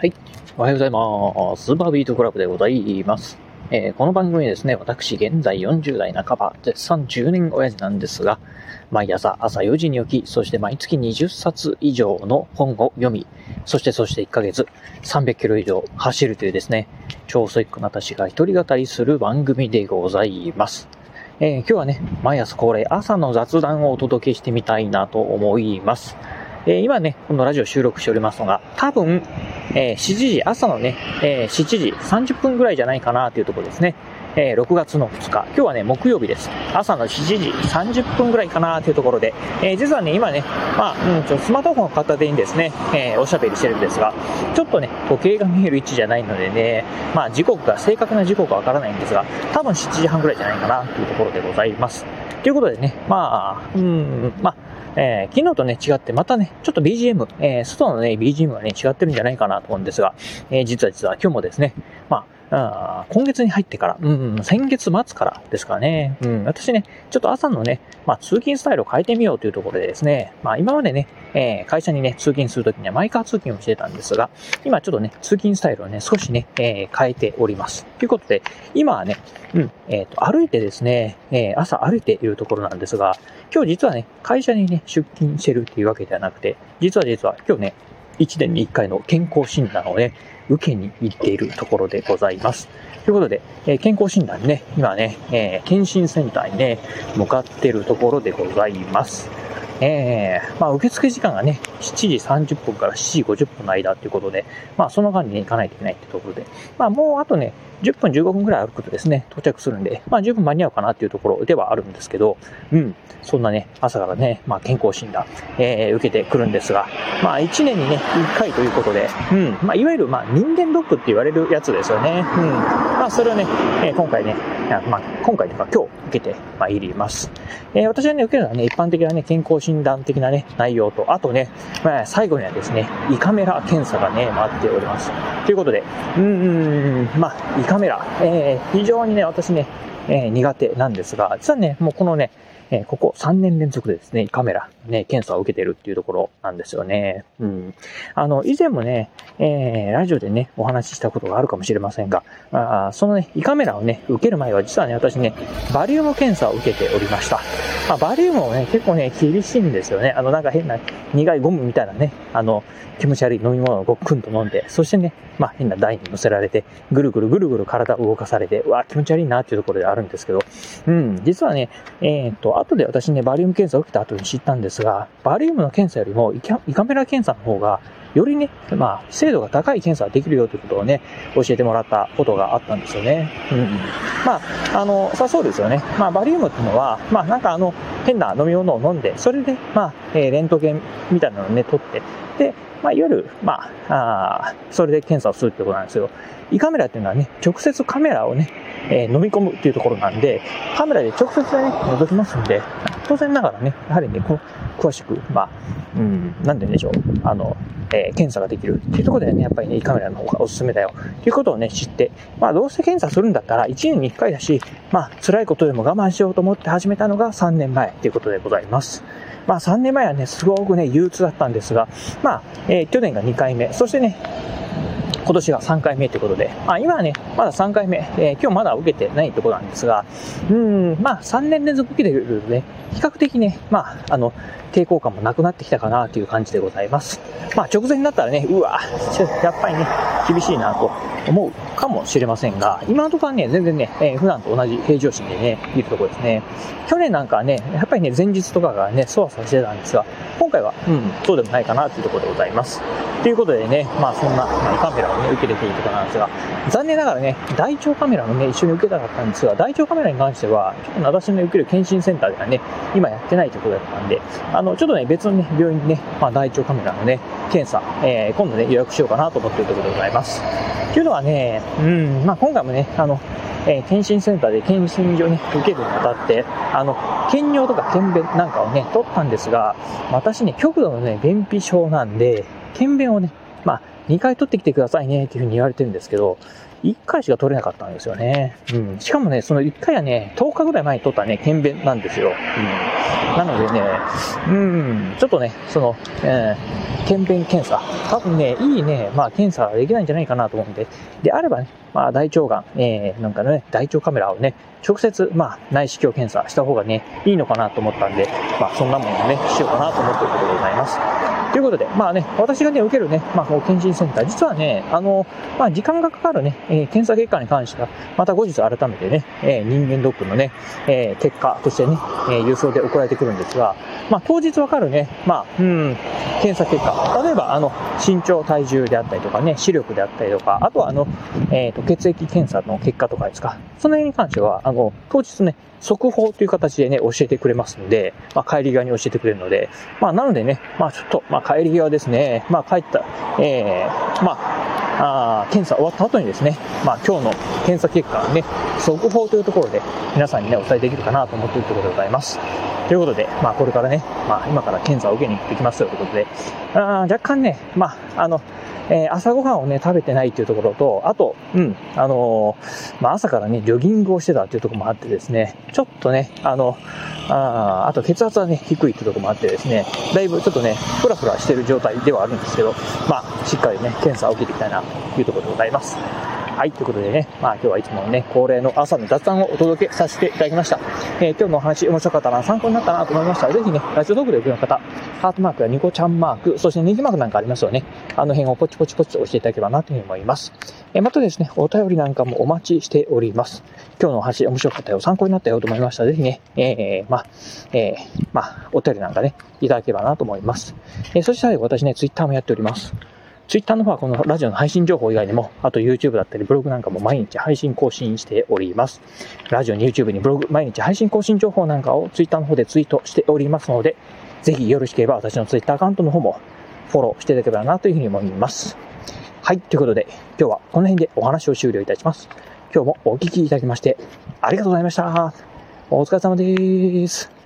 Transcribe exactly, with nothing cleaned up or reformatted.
はい。おはようございます。スーパービートクラブでございます。えー、この番組ですね、私、現在よんじゅう代半ば、絶賛じゅうねん親父なんですが、毎朝朝よじに起き、そして毎月にじゅっさつ以上の本を読み、そしてそしていっかげつさんびゃっキロ以上走るというですね、超ストイックな私が一人語りする番組でございます。えー、今日はね、毎朝恒例朝の雑談をお届けしてみたいなと思います。えー、今ね、このラジオ収録しておりますのが、多分、えー、しちじ、朝のね、えー、しちじさんじゅっぷんぐらいじゃないかなというところですね。えー、ろくがつのふつか、今日はね、木曜日です。朝のしちじさんじゅっぷんぐらいかなというところで、えー、実はね、今ね、まあ、うん、ちょスマートフォンを片手にですね、えー、おしゃべりしてるんですが、ちょっとね、時計が見える位置じゃないのでね、まあ、時刻が、正確な時刻はわからないんですが、多分しちじはんぐらいじゃないかなというところでございます。ということでね、まあ、うん、まあ、えー、昨日とね、違って、またね、ちょっと ビージーエム、えー、外のね、ビージーエム がね、違ってるんじゃないかなと思うんですが、えー、実は実は今日もですね、まあ、あ今月に入ってから、うん、先月末からですからね、うん、私ね、ちょっと朝のね、まあ、通勤スタイルを変えてみようというところでですね、まあ、今までね、えー、会社にね、通勤するときにはマイカー通勤をしてたんですが、今ちょっとね、通勤スタイルをね、少しね、えー、変えております。ということで、今はね、うん、えっと、歩いてですね、えー、朝歩いているところなんですが、今日実はね、会社にね、出勤してるっていうわけではなくて、実は実は今日ね、いちねんにいっかいの健康診断をね、受けに行っているところでございます。ということで、えー、健康診断にね、今ね、えー、検診センターにね、向かっているところでございます。えー、まあ、受付時間がね、しちじさんじゅっぷんからしちじごじゅっぷんの間ということで、まあ、その間にね、行かないといけないってところで、まあ、もうあとね、じゅっぷんじゅうごふんくらい歩くとですね、到着するんで、まあ、十分間に合うかなっていうところではあるんですけど、うん、そんなね、朝からね、まあ、健康診断、えー、受けてくるんですが、まあ、いちねんにね、いっかいということで、うん、まあ、いわゆる、まあ、人間ドックって言われるやつですよね。うん。まあ、それをね、えー、今回ね、まあ、今回というか今日受けてまいります。えー、私がね、受けるのはね、一般的なね、健康診断的なね、内容と、あとね、まあ、最後にはですね、胃カメラ検査がね、待っております。ということで、うーん、まあ、胃カメラ、えー、非常にね、私ね、えー、苦手なんですが、実はね、もうこのね、えー、ここさんねん連続でですね、胃カメラ、ね、検査を受けているっていうところなんですよね。うん。あの、以前もね、えー、ラジオでね、お話ししたことがあるかもしれませんが、あそのね、胃カメラをね、受ける前は実はね、私ね、バリウム検査を受けておりました。まあ、バリウムもね、結構ね、厳しいんですよね。あの、なんか変な苦いゴムみたいなね、あの、気持ち悪い飲み物をごっくんと飲んで、そしてね、まあ変な台に乗せられて、ぐるぐるぐるぐる体を動かされて、うわ、気持ち悪いなっていうところであるんですけど、うん、実はね、えー、っと、後で私ね、バリウム検査を受けた後に知ったんですが、バリウムの検査よりも胃カメラ検査の方が、よりね、まあ、精度が高い検査ができるよということをね、教えてもらったことがあったんですよね。うん。まあ、あの、さそうですよね。まあ、バリウムっていうのは、まあ、なんかあの、変な飲み物を飲んで、それで、まあ、えー、レントゲンみたいなのをね、取って、で、まあ、いわゆる、まあ、あそれで検査をするってことなんですよ。胃カメラっていうのはね、直接カメラをね、えー、飲み込むっていうところなんで、カメラで直接ね、覗きますんで、当然ながらね、やはりね、こう詳しく、まあ、うん、なんて言うんでしょう、あの、えー、検査ができるっていうところでね、やっぱりね、胃カメラの方がおすすめだよっていうことをね、知って、まあ、どうせ検査するんだったらいちねんにいっかいだし、まあ、辛いことでも我慢しようと思って始めたのがさんねんまえということでございます。まあ、さんねんまえはね、すごくね、憂鬱だったんですが、まあ、えー、去年がにかいめ、そしてね、今年がさんかいめということで、まあ、今はね、まださんかいめ、えー、今日まだ受けてないところなんですが、うーん、まあさんねん連続受けてるので、比較的ね、まあ、あの、抵抗感もなくなってきたかなという感じでございます。まあ直前になったらね、うわ、やっぱりね、厳しいなと思うかもしれませんが、今のところはね、全然ね、えー、普段と同じ平常心でね、いるところですね。去年なんかはね、やっぱりね、前日とかがね、そわそわしてたんですが、今回は、うん、そうでもないかなというところでございます。ということでね、まあそんな、まあ、カメラをね、受けてくるところなんですが、残念ながらね、大腸カメラもね、一緒に受けたかったんですが、大腸カメラに関しては、ちょっと私の受ける検診センターではね、今やってないということだったんで、あの、ちょっとね、別のね、病院にね、まあ大腸カメラのね、検査、えー、今度ね、予約しようかなと思っているところでございます。というのはね、うん、まあ今回もね、あの、えー、検診センターで検診所に受けるにあたって、あの、検尿とか検便なんかをね、取ったんですが、私ね、極度のね、便秘症なんで、検便をね、まあ、 にかい取ってきてくださいねっていうふうに言われてるんですけど、いっかいしか取れなかったんですよね。うん。しかもね、そのいっかいはね、とおかぐらい前に取ったね、検便なんですよ。うん。なのでね、うん、ちょっとね、その、えー、検便検査、多分ね、いいね、まあ検査はできないんじゃないかなと思うんで、であればね、まあ大腸がん、えー、なんかね、大腸カメラをね、直接、まあ内視鏡検査した方がね、いいのかなと思ったんで、まあそんなものをね、しようかなと思っているところでございます。ということで、まあね、私がね、受けるね、まあ、検診センター、実はね、あの、まあ、時間がかかるね、えー、検査結果に関しては、また後日改めてね、えー、人間ドックのね、えー、結果としてね、えー、郵送で送られてくるんですが、まあ、当日わかるね、まあ、うん、検査結果、例えば、あの、身長、体重であったりとかね、視力であったりとか、あとは、あの、えっと、血液検査の結果とかですか、その辺に関しては、あの、当日ね、速報という形でね、教えてくれますので、まあ、帰り際に教えてくれるので、まあ、なのでね、まあ、ちょっと、まあ、帰り際ですね、まあ、帰った、えー、まあ、あ検査終わった後にですね、まあ、今日の検査結果をね、速報というところで、皆さんにね、お伝えできるかなと思っているところでございます。ということで、まあ、これからね、まあ、今から検査を受けに行ってきますよということで、あ若干ね、まあ、あの、えー、朝ごはんをね、食べてないっていうところと、あと、うん、あのー、まあ、朝からね、ジョギングをしてたっていうところもあってですね、ちょっとね、あの、ああと血圧はね、低いっていうところもあってですね、だいぶちょっとね、フラフラしてる状態ではあるんですけど、まあ、しっかりね、検査を受けていきたいなというところでございます。はい、ということでね、まあ今日はいつものね、恒例の朝の雑談をお届けさせていただきました。えー、今日のお話面白かったな、参考になったなと思いましたら、ぜひね、ラジオトークでお聞きの方、ハートマークやニコちゃんマーク、そしてネギマークなんかありますよね。あの辺をポチポチポチと押していただければなというふうに思います。えー、またですね、お便りなんかもお待ちしております。今日のお話面白かったよ、参考になったよと思いましたら、ぜひね、えー、まあ、えー、まあ、お便りなんかね、いただければなと思います。えー、そして最後私ね、ツイッターもやっております。ツイッターの方はこのラジオの配信情報以外にも、あと YouTube だったりブログなんかも毎日配信更新しております。ラジオに YouTube にブログ、毎日配信更新情報なんかをツイッターの方でツイートしておりますので、ぜひよろしければ私のツイッターアカウントの方もフォローしていただければなというふうに思います。はい、ということで今日はこの辺でお話を終了いたします。今日もお聞きいただきましてありがとうございました。お疲れ様です。